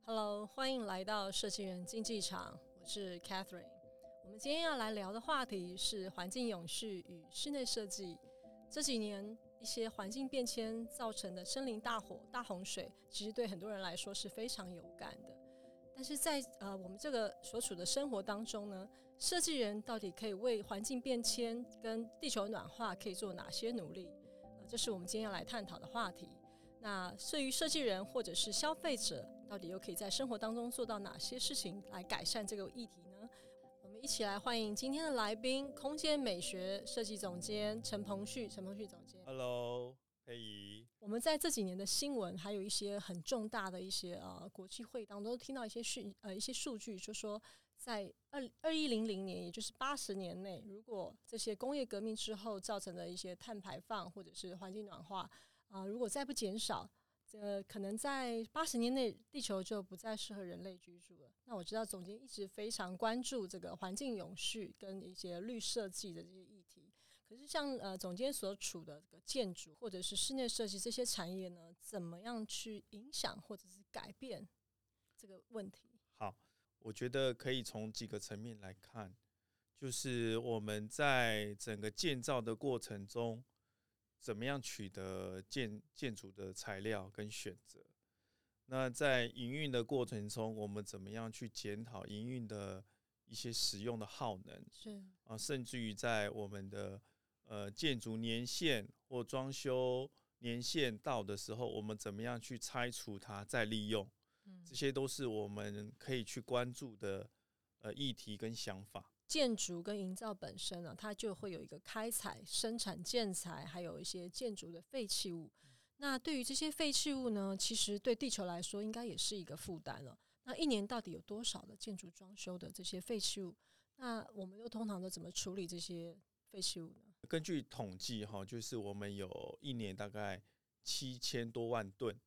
Hello， 欢迎来到设计人竞技场，我是 Catherine。我们今天要来聊的话题是环境永续与室内设计。这几年一些环境变迁造成的森林大火、大洪水，其实对很多人来说是非常有感的。但是在我们这个所处的生活当中呢，设计人到底可以为环境变迁跟地球暖化可以做哪些努力？这是我们今天要来探讨的话题。那对于设计人或者是消费者，到底又可以在生活当中做到哪些事情来改善这个议题呢？我们一起来欢迎今天的来宾，空间美学设计总监陈鹏旭总监。 Hello， 佩仪。我们在这几年的新闻，还有一些很重大的一些国际会当中，都听到一些数据，就说在2100年，也就是80年内，如果这些工业革命之后造成的一些碳排放或者是环境暖化，如果再不减少，可能在80年内地球就不再适合人类居住了。那我知道总监一直非常关注这个环境永续跟一些绿设计的这些议题。可是像总监所处的这个建筑或者是室内设计这些产业呢，怎么样去影响或者是改变这个问题？ 好，我觉得可以从几个层面来看，就是我们在整个建造的过程中，怎么样取得建筑的材料跟选择。那在营运的过程中，我们怎么样去检讨营运的一些使用的耗能，甚至于在我们的建筑年限或装修年限到的时候，我们怎么样去拆除它再利用，这些都是我们可以去关注的议题跟想法。 建筑跟营造本身呢，它就会有一个开采、生产建材，还有一些建筑的废弃物。那对于这些废弃物呢，其实对地球来说应该也是一个负担了。那一年到底有多少的建筑装修的这些废弃物？那我们又通常都怎么处理这些废弃物呢？ 根据统计就是我们有一年大概7000多万吨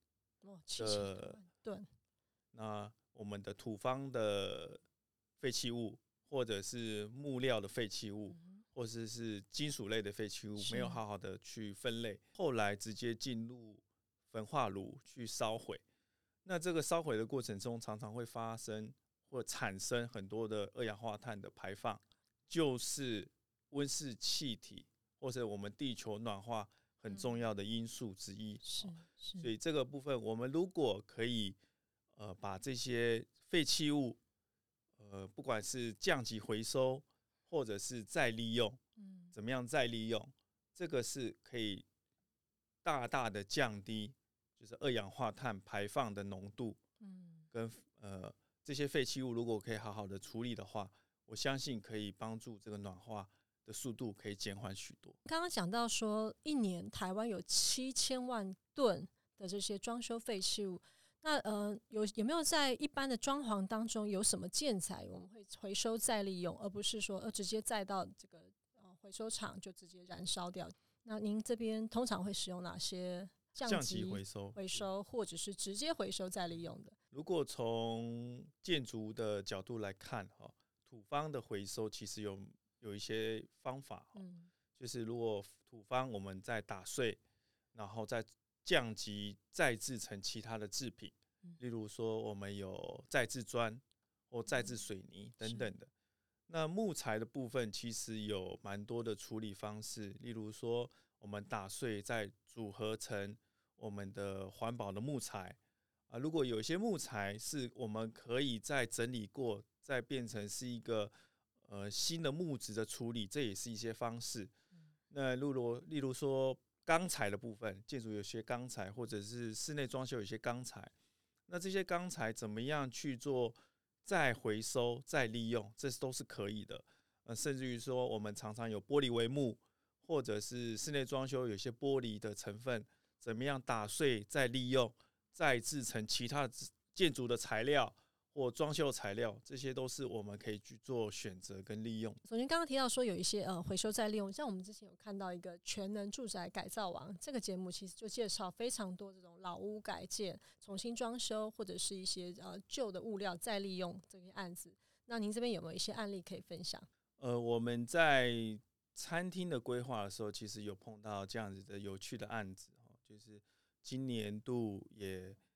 7000多万吨。 那我们的土方的废弃物，或者是木料的废弃物，或者是金属类的废弃物，没有好好的去分类，后来直接进入焚化炉去烧毁。那这个烧毁的过程中，常常会发生或产生很多的二氧化碳的排放，就是温室气体或者我们地球暖化很重要的因素之一。所以这个部分，我们如果可以把这些废弃物不管是降级回收或者是再利用，怎么样再利用，这个是可以大大的降低就是二氧化碳排放的浓度，跟这些废弃物如果可以好好的处理的话，我相信可以帮助这个暖化的速度可以减缓许多。 刚刚讲到说，一年台湾有7000万吨的这些装修废弃物。那有没有在一般的装潢当中有什么建材我们会回收再利用，而不是说直接载到这个回收厂就直接燃烧掉？那您这边通常会使用哪些降级回收或者是直接回收再利用的？ 如果从建筑的角度来看，土方的回收其实有一些方法，就是如果土方我们再打碎，然后再降级再制成其他的制品，例如说我们有再制砖或再制水泥等等的。那木材的部分其实有蛮多的处理方式，例如说我们打碎再组合成我们的环保的木材如果有些木材是我们可以再整理过，再变成是一个新的木质的处理，这也是一些方式。那例如说钢材的部分，建筑有些钢材，或者是室内装修有些钢材，那这些钢材怎么样去做再回收再利用，这都是可以的。甚至于说我们常常有玻璃帷幕，或者是室内装修有些玻璃的成分，怎么样打碎再利用，再制成其他建筑的材料或装修材料，这些都是我们可以去做选择跟利用。 首先刚刚提到说有一些回收再利用，像我们之前有看到一个全能住宅改造王这个节目，其实就介绍非常多这种老屋改建、重新装修或者是一些旧的物料再利用这些案子。那您这边有没有一些案例可以分享？ 我们在餐厅的规划的时候，其实有碰到这样子的有趣的案子，就是今年度也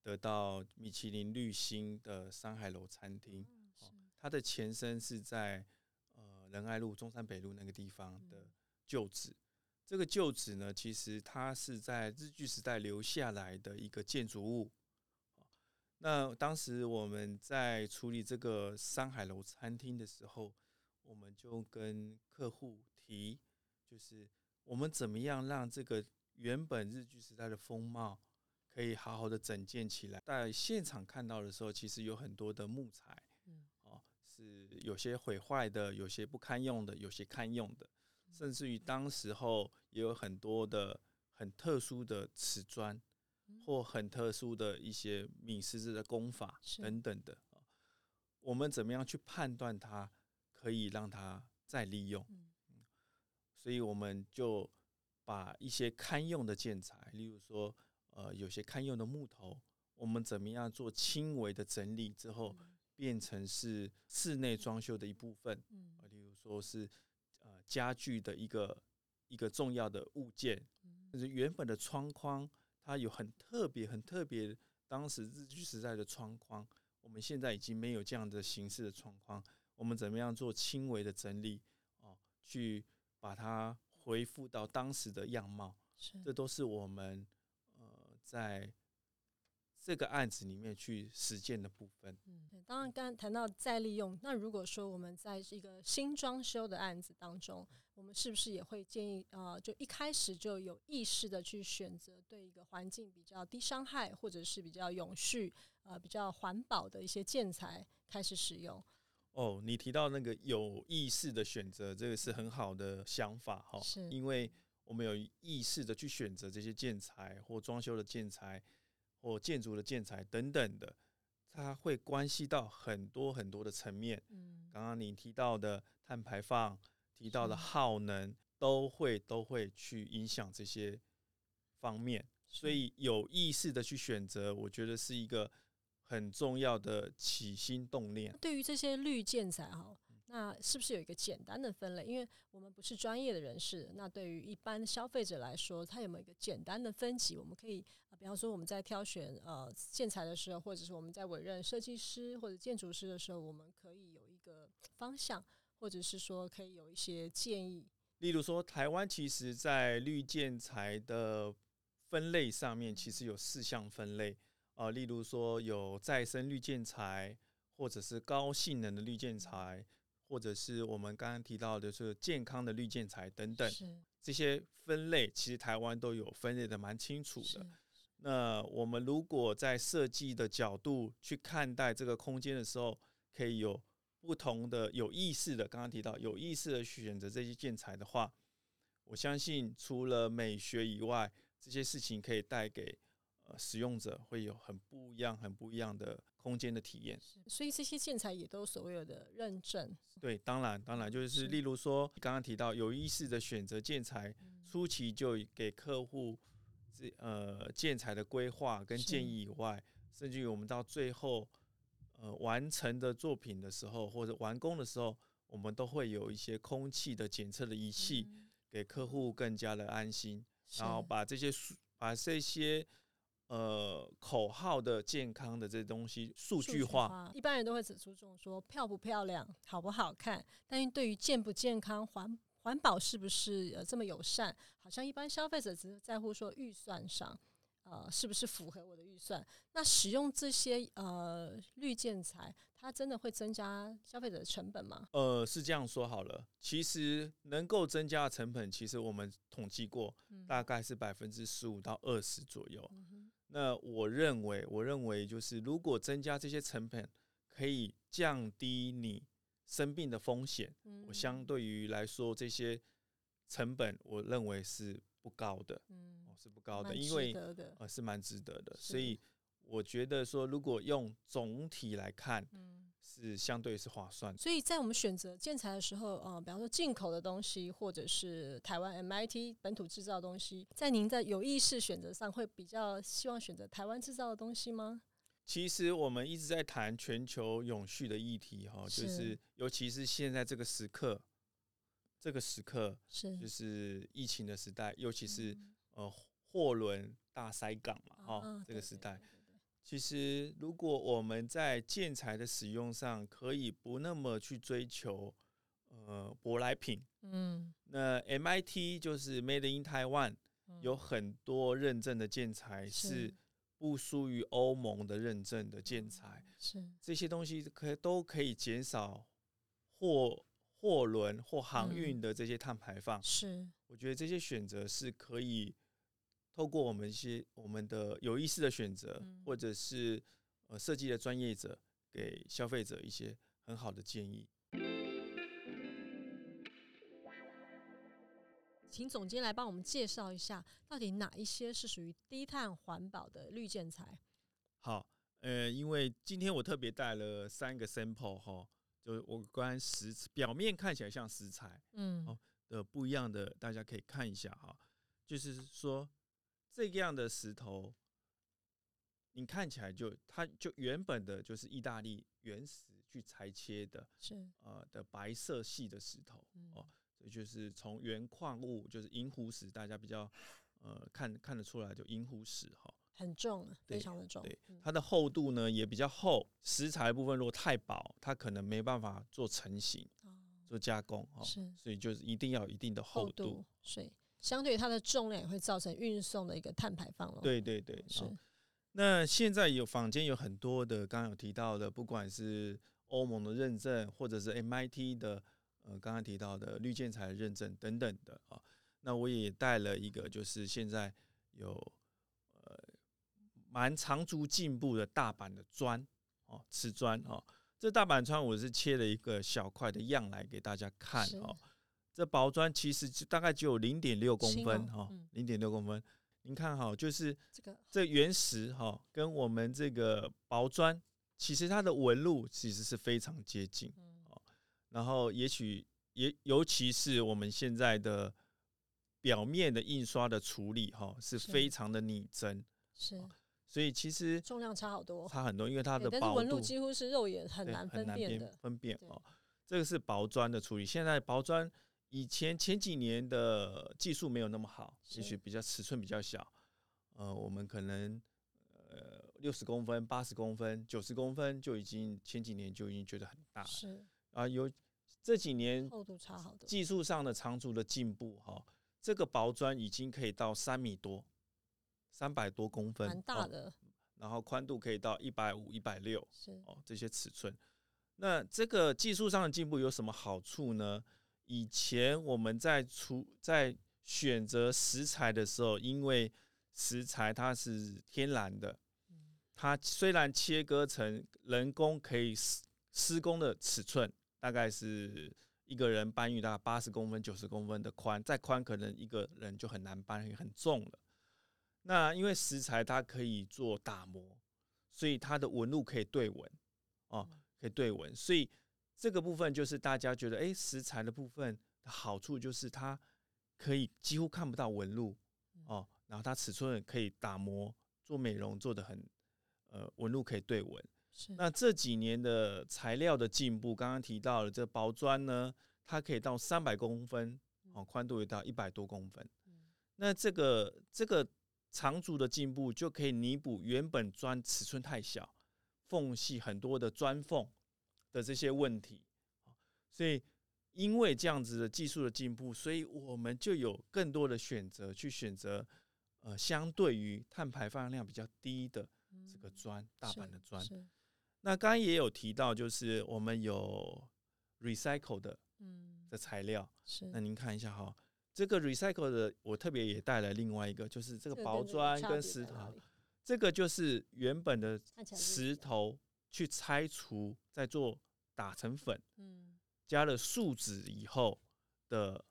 得到米其林绿星的山海楼餐厅，它的前身是在仁爱路、中山北路那个地方的旧址。这个旧址呢，其实它是在日据时代留下来的一个建筑物。那当时我们在处理这个山海楼餐厅的时候，我们就跟客户提，就是我们怎么样让这个原本日据时代的风貌可以好好的整建起来。在现场看到的时候，其实有很多的木材，是有些毁坏的，有些不堪用的，有些堪用的，甚至于当时候也有很多的很特殊的瓷砖，或很特殊的一些抿石子的工法等等的。我们怎么样去判断它可以让它再利用？所以我们就把一些堪用的建材，例如说有些堪用的木头，我们怎么样做轻微的整理之后，变成是室内装修的一部分。例如说是家具的一个重要的物件，就是原本的窗框，它有很特别当时日据时代的窗框，我们现在已经没有这样的形式的窗框，我们怎么样做轻微的整理，去把它恢复到当时的样貌，这都是我们在这个案子里面去实践的部分。 当然刚刚谈到再利用，那如果说我们在一个新装修的案子当中，我们是不是也会建议就一开始就有意识的去选择对一个环境比较低伤害，或者是比较永续比较环保的一些建材开始使用？ 你提到那个有意识的选择，这个是很好的想法，因为我们有意识的去选择这些建材或装修的建材或建筑的建材等等的，它会关系到很多很多的层面。刚刚你提到的碳排放，提到的耗能，都会去影响这些方面，所以有意识的去选择，我觉得是一个很重要的起心动念。 对于这些绿建材那是不是有一个简单的分类？因为我们不是专业的人士，那对于一般消费者来说，它有没有一个简单的分级？我们可以比方说我们在挑选建材的时候，或者是我们在委任设计师或者建筑师的时候，我们可以有一个方向，或者是说可以有一些建议。 例如说，台湾其实在绿建材的分类上面，其实有4项分类。例如说有再生绿建材，或者是高性能的绿建材，或者是我们刚刚提到的是健康的绿建材等等，这些分类其实台湾都有分类的蛮清楚的。那我们如果在设计的角度去看待这个空间的时候，可以有不同的有意识的，刚刚提到有意识的选择这些建材的话，我相信除了美学以外，这些事情可以带给使用者会有很不一样的空间的体验。 所以这些建材也都所谓的认证。 对，当然就是例如说刚刚提到有意识的选择建材，初期就给客户建材的规划跟建议以外，甚至于我们到最后完成的作品的时候，或者完工的时候，我们都会有一些空气的检测的仪器，给客户更加的安心，然后把这些口号的健康的这些东西数据化。 一般人都会只注重说漂不漂亮、好不好看，但是对于健不健康、环保是不是这么友善，好像一般消费者只是在乎说预算上，是不是符合我的预算？那使用这些绿建材，它真的会增加消费者的成本吗？ 是这样说好了，其实能够增加的成本，其实我们统计过，大概是15%到20%左右。那我认为就是如果增加这些成本，可以降低你生病的风险，我相对于来说这些成本，我认为是不高的，是不高的，因为是蛮值得的。所以我觉得说，如果用总体来看，是相对是划算的。 所以在我们选择建材的时候，比方说进口的东西，或者是台湾 MIT 本土制造的东西，在您在有意识选择上，会比较希望选择台湾制造的东西吗？ 其实我们一直在谈全球永续的议题，就是尤其是现在这个时刻就是疫情的时代，尤其是货轮大塞港嘛，这个时代， 其实如果我们在建材的使用上可以不那么去追求舶来品，那 MIT 就是 Made in Taiwan，有很多认证的建材是不输于欧盟的认证的建材，这些东西都可以减少货轮或航运的这些碳排放。我觉得这些选择是可以透过我们的有意识的选择，或者是设计的专业者给消费者一些很好的建议。 请总监来帮我们介绍一下，到底哪一些是属于低碳环保的绿建材？ 好，因为今天我特别带了3个 sample 哈，就我关表面看起来像石材，的不一样的，大家可以看一下哈。就是说，这样的石头，你看起来它就原本的就是意大利原石去裁切的，的白色系的石头，这就是从原矿物，就是银湖石，大家比较看得出来，就银湖石哈， 很重，非常的重。 对，它的厚度呢也比较厚，石材的部分如果太薄，它可能没办法做成型，做加工，所以就是一定要有一定的厚度， 所以相对它的重量也会造成运送的一个碳排放咯。 对，是。那现在坊间有很多的，刚刚有提到的，不管是欧盟的认证，或者是 MIT 的刚刚提到的绿建材的认证等等的啊。那我也带了一个，就是现在有蛮长足进步的大阪的砖哦，瓷砖哦。这大阪砖我是切了一个小块的样来给大家看哦。这薄砖其实大概只有0.6公分哈，0.6公分。您看哈，就是这原石哈，跟我们这个薄砖，其实它的纹路其实是非常接近。然后尤其是我们现在的表面的印刷的处理哈，是非常的拟真。所以其实重量差好多， 差很多，因为它的薄度， 但是纹路几乎是肉眼很难分辨的。 这个是薄砖的处理，现在薄砖。前几年的技术没有那么好，也许尺寸比较小，我们可能60公分、80公分、90公分就前几年就已经觉得很大了。有这几年厚度差好多， 技术上的长足的进步哈，这个薄砖已经可以到3米多，300多公分， 蛮大的。 然后宽度可以到150、160，这些尺寸。那这个技术上的进步有什么好处呢？以前我们在选择石材的时候，因为石材它是天然的，它虽然切割成人工可以施工的尺寸，大概是一个人搬运大概80公分、90公分的宽，再宽可能一个人就很难搬，很重了。那因为石材它可以做打磨，所以它的纹路可以对纹，可以对纹，所以这个部分就是大家觉得，石材的部分的好处就是它可以几乎看不到纹路，然后它尺寸可以打磨做美容，做得很纹路可以对纹。那这几年的材料的进步，刚刚提到了这薄砖呢，它可以到300公分，宽度也到100多公分。那这个长足的进步就可以弥补原本砖尺寸太小，缝隙很多的砖缝的这些问题。所以因为这样子的技术的进步，所以我们就有更多的选择去选择相对于碳排放量比较低的这个砖，大阪的砖。那刚刚也有提到，就是我们有 recycle 的材料。那您看一下哈，这个 recycle 的我特别也带来另外一个，就是这个薄砖跟石头，这个就是原本的石头去拆除，再做打成粉，加了树脂以后的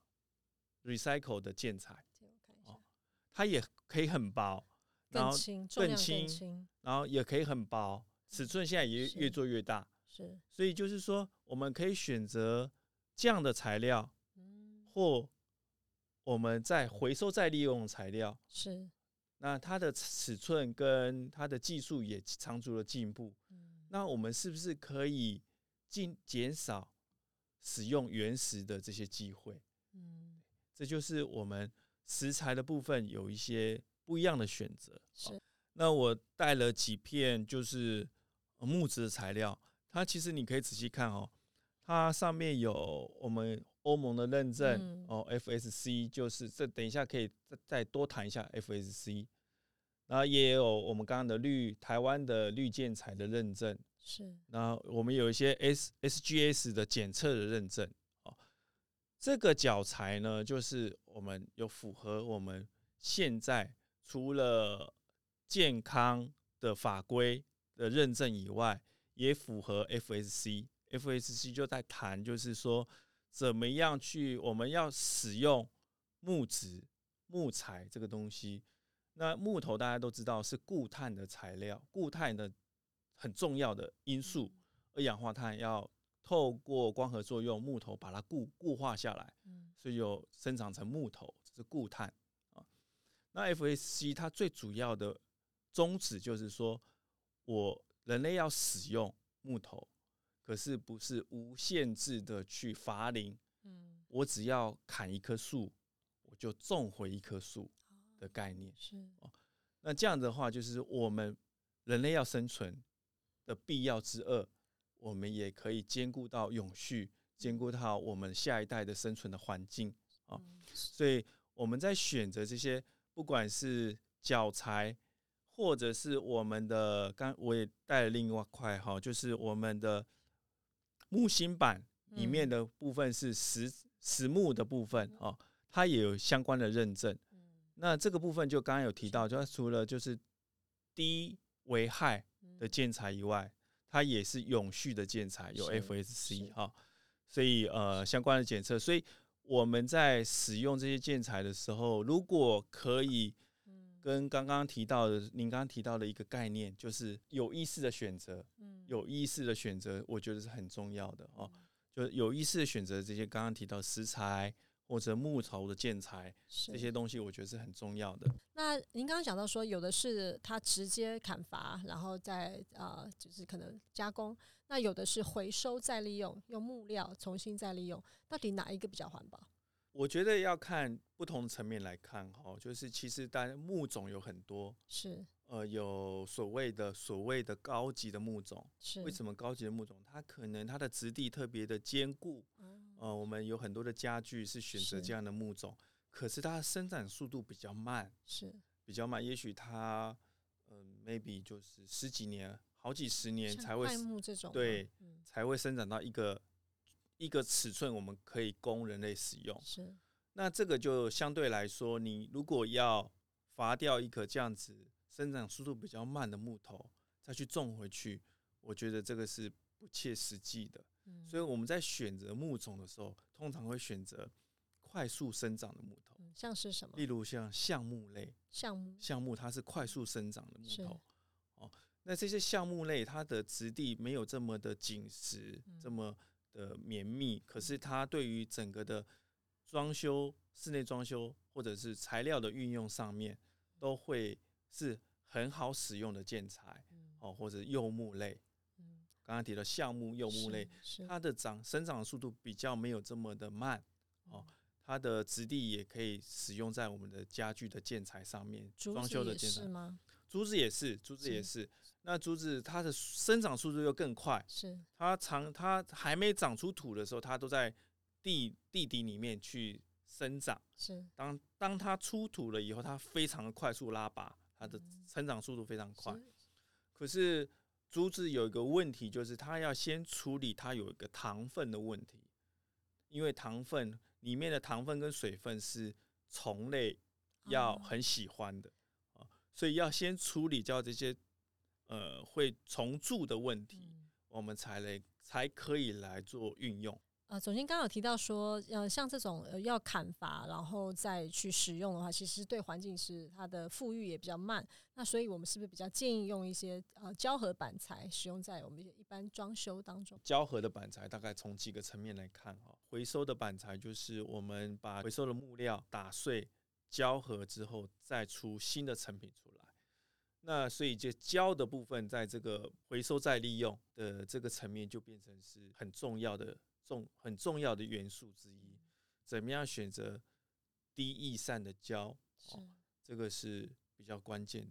recycle 的建材，它也可以很薄，然后更轻，然后也可以很薄，尺寸现在也越做越大，所以就是说我们可以选择这样的材料，或我们再回收再利用的材料，那它的尺寸跟它的技术也长足的进步，那我们是不是可以减少使用原石的这些机会？这就是我们石材的部分有一些不一样的选择。 那我带了几片就是木质的材料，它其实你可以仔细看哦，它上面有我们欧盟的认证FSC， 就是这等一下可以再多谈一下 FSC， 然后也有我们刚刚的台湾的绿建材的认证， 是， 然后我们有一些 SGS 的检测的认证。这个脚材呢，就是我们有符合我们现在除了健康的法规的认证以外，也符合 FSC。FSC 就在谈，就是说怎么样我们要使用木材这个东西。那木头大家都知道是固碳的材料，固碳的很重要的因素，二氧化碳要透过光合作用，木头把它固化下来，所以有生长成木头，这是固碳。那 FSC 它最主要的宗旨就是说，人类要使用木头，可是不是无限制的去伐林，我只要砍一棵树，我就种回一棵树的概念。那这样的话，就是我们人类要生存的必要之恶，我们也可以兼顾到永续，兼顾到我们下一代的生存的环境。所以我们在选择这些，不管是脚材，或者是我们的，我也带了另外一块，就是我们的木芯板里面的部分是实木的部分，它也有相关的认证。那这个部分就刚刚有提到，就它除了就是低危害的建材以外，它也是永续的建材，有 FSC 所以相关的检测。所以我们在使用这些建材的时候，如果可以跟您刚刚提到的一个概念，就是有意识的选择，有意识的选择，我觉得是很重要的就有意识的选择这些刚刚提到石材或者木头的建材，这些东西我觉得是很重要的。 那您刚刚讲到说，有的是它直接砍伐，然后再就是可能加工；那有的是回收再利用，用木料重新再利用，到底哪一个比较环保？ 我觉得要看不同层面来看就是其实当然木种有很多， 是有所谓的高级的木种。 是为什么高级的木种？它可能它的质地特别的坚固。我们有很多的家具是选择这样的木种，可是它的生长速度比较慢，也许它maybe 就是十几年、好几十年才会才会生长到一个尺寸，我们可以供人类使用。那这个就相对来说，你如果要伐掉一棵这样子生长速度比较慢的木头，再去种回去，我觉得这个是不切实际的。所以我们在选择木种的时候，通常会选择快速生长的木头， 像是什么？ 例如像橡木类，橡木它是快速生长的木头。那这些橡木类，它的质地没有这么的紧实，这么的绵密，可是它对于整个的室内装修或者是材料的运用上面，都会是很好使用的建材，或者柚木类。刚刚提到橡木、柚木类，它的生长速度比较没有这么的慢，它的质地也可以使用在我们的家具的建材上面，装修的建材吗？竹子也是。那竹子它的生长速度又更快，它还没长出土的时候，它都在地底里面去生长。当它出土了以后，它非常的快速拉拔，它的生长速度非常快。可是竹子有一个问题，就是它要先处理它有一个糖分的问题，因为里面的糖分跟水分是虫类要很喜欢的，所以要先处理掉这些会虫蛀的问题，我们才可以来做运用。 总监刚刚有提到说，像这种要砍伐然后再去使用的话，其实对环境是它的富裕也比较慢。那所以我们是不是比较建议用一些胶合板材使用在我们一般装修当中？ 胶合的板材大概从几个层面来看回收的板材就是我们把回收的木料打碎、胶合之后，再出新的成品出来。那所以这胶的部分，在这个回收再利用的这个层面，就变成是很重要的元素之一。怎么样选择低易散的胶，这个是比较关键的。 选择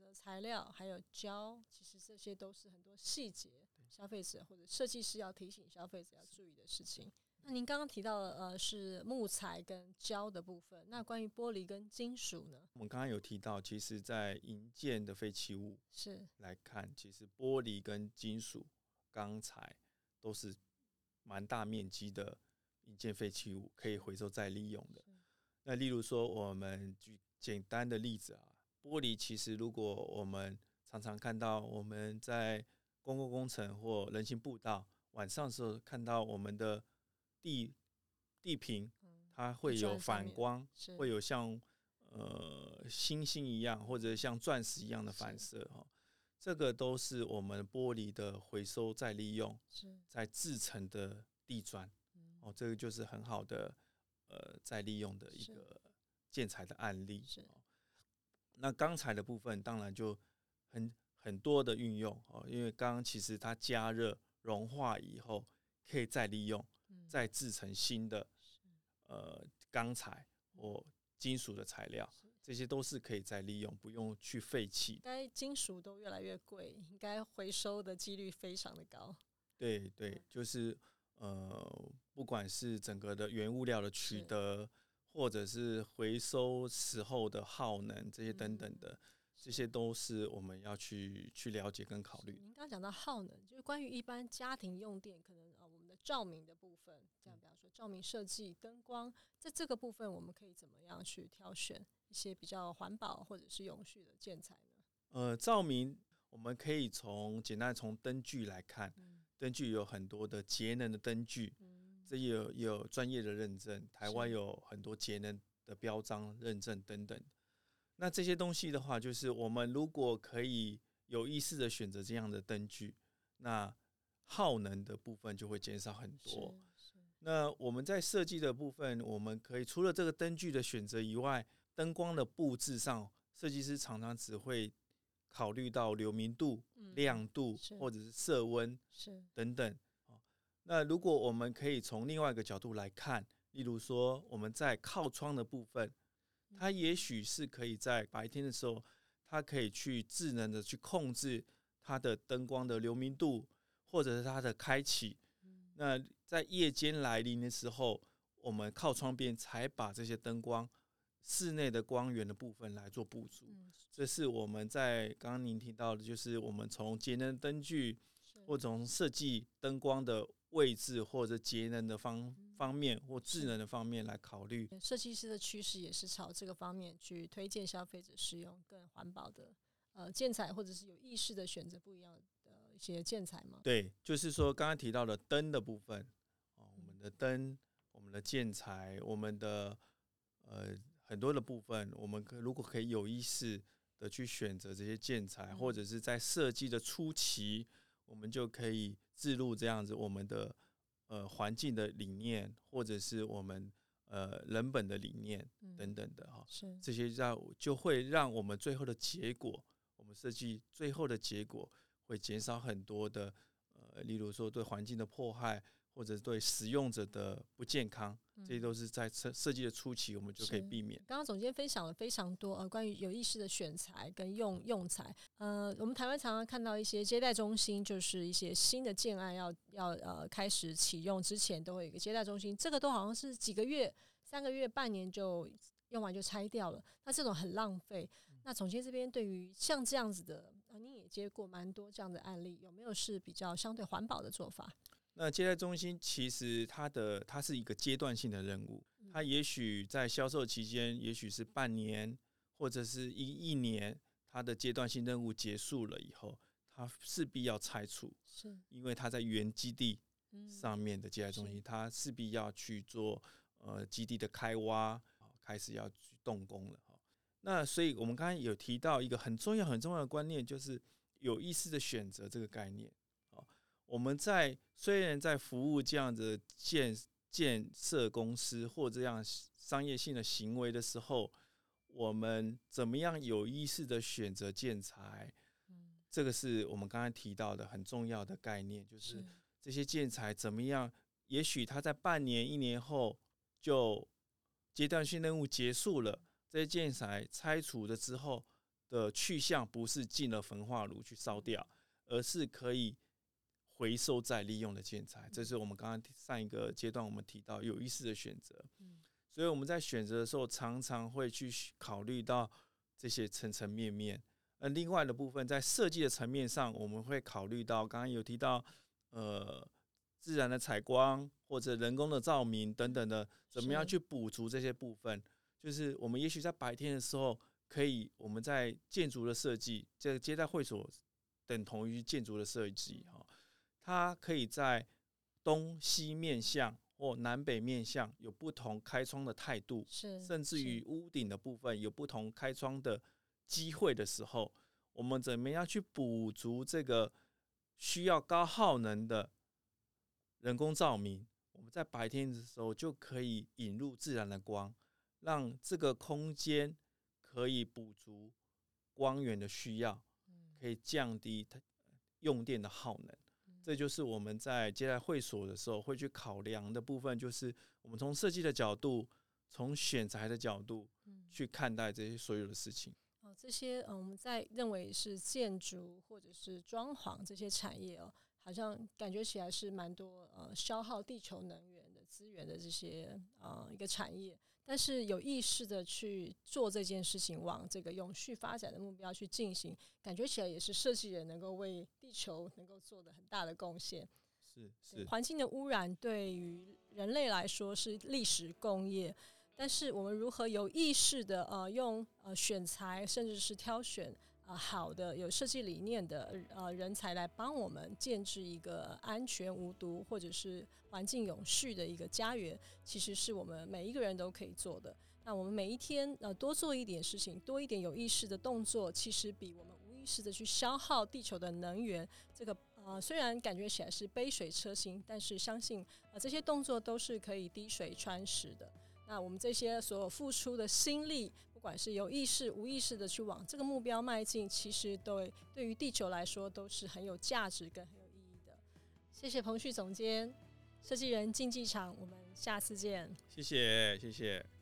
择材料，还有胶，其实这些都是很多细节，消费者或者设计师要提醒消费者要注意的事情。那您刚刚提到的是木材跟胶的部分，那关于玻璃跟金属呢？ 我们刚刚有提到，其实在营建的废弃物来看，其实玻璃跟金属、钢材都是蛮大面积的营建废弃物，可以回收再利用的。那例如说，我们举简单的例子啊，玻璃其实如果我们常常看到我们在公共工程或人行步道晚上的时候看到我们的地坪，它会有反光，会有像星星一样或者像钻石一样的反射这个都是我们玻璃的回收再利用，在制成的地砖这个就是很好的再利用的一个建材的案例。那钢材的部分当然就很多的运用因为钢其实它加热融化以后可以再利用，再制成新的钢材或金属的材料，这些都是可以再利用，不用去废弃。 应该金属都越来越贵，应该回收的几率非常的高。 对对，就是不管是整个的原物料的取得，或者是回收时候的耗能这些等等的，这些都是我们要去了解跟考虑。 您刚刚讲到耗能，就是关于一般家庭用电，可能我们的照明的部分，这样比方说照明设计、灯光，在这个部分我们可以怎么样去挑选一些比较环保或者是永续的建材呢？ 照明我们可以简单从灯具来看，灯具有很多的节能的灯具，这也有专业的认证，台湾有很多节能的标章认证等等。那这些东西的话，就是我们如果可以有意识的选择这样的灯具，那耗能的部分就会减少很多。那我们在设计的部分，我们可以除了这个灯具的选择以外，灯光的布置上，设计师常常只会考虑到流明度、亮度或者是色温等等。那如果我们可以从另外一个角度来看，例如说我们在靠窗的部分，它也许是可以在白天的时候，它可以去智能的去控制它的灯光的流明度，或者是它的开启。那在夜间来临的时候，我们靠窗边才把这些灯光室内的光源的部分来做补足。这是我们在刚刚您提到的，就是我们从节能灯具或从设计灯光的位置或者节能的方面或智能的方面来考虑。 设计师的趋势也是朝这个方面去推荐消费者使用更环保的建材，或者是有意识的选择不一样的一些建材吗？ 对，就是说刚刚提到的灯的部分我们的灯、我们的建材、我们的很多的部分，我们如果可以有意识的去选择这些建材，或者是在设计的初期，我们就可以置入这样子我们的环境的理念，或者是我们人本的理念等等的这些就会让我们最后的结果，我们设计最后的结果会减少很多的例如说对环境的迫害，或者对使用者的不健康，这些都是在设计的初期我们就可以避免。 刚刚总监分享了非常多关于有意识的选材跟用材。我们台湾常常看到一些接待中心，就是一些新的建案要开始启用之前，都会有一个接待中心，这个都好像是几个月、3个月、半年就用完就拆掉了，那这种很浪费。那总监这边对于像这样子的，您也接过蛮多这样的案例，有没有是比较相对环保的做法？ 那接待中心其实它是一个阶段性的任务，它也许在销售期间，也许是半年或者是一年，它的阶段性任务结束了以后，它势必要拆除，因为它在原基地上面的接待中心，它势必要去做基地的开挖，开始要去动工了。那所以我们刚才有提到一个很重要的观念，就是有意识的选择这个概念。我们虽然在服务这样的建设公司或这样商业性的行为的时候，我们怎么样有意识的选择建材，这个是我们刚才提到的很重要的概念，就是这些建材怎么样，也许它在半年、1年后就阶段性任务结束了，这些建材拆除了之后， 的去向不是进了焚化炉去烧掉，而是可以回收再利用的建材。这是我们刚刚上一个阶段我们提到有意识的选择。所以我们在选择的时候，常常会去考虑到这些层层面面。另外的部分，在设计的层面上，我们会考虑到刚刚有提到，自然的采光或者人工的照明等等的，怎么样去补足这些部分？就是我们也许在白天的时候，可以我们在建筑的设计，这个接待会所等同于建筑的设计，它可以在东西面向或南北面向有不同开窗的态度，甚至于屋顶的部分有不同开窗的机会的时候，我们怎么样去补足这个需要高耗能的人工照明？我们在白天的时候就可以引入自然的光，让这个空间可以补足光源的需要，可以降低用电的耗能。这就是我们在接待会所的时候会去考量的部分，就是我们从设计的角度，从选材的角度去看待这些所有的事情。 这些我们在认为是建筑或者是装潢这些产业好像感觉起来是蛮多消耗地球能源的资源的这些一个产业，但是有意识的去做这件事情，往这个永续发展的目标去进行，感觉起来也是设计人能够为地球能够做的很大的贡献。 是环境的污染对于人类来说是历史工业，但是我们如何有意识的用选材，甚至是挑选好的有设计理念的人才来帮我们建制一个安全无毒或者是环境永续的一个家园，其实是我们每一个人都可以做的。那我们每一天多做一点事情，多一点有意识的动作，其实比我们无意识的去消耗地球的能源，这个虽然感觉起来是杯水车薪，但是相信这些动作都是可以滴水穿石的。那我们这些所有付出的心力，不管是有意识无意识的去往这个目标迈进，其实对于地球来说都是很有价值跟很有意义的。谢谢彭旭总监，设计人竞技场，我们下次见。 谢谢。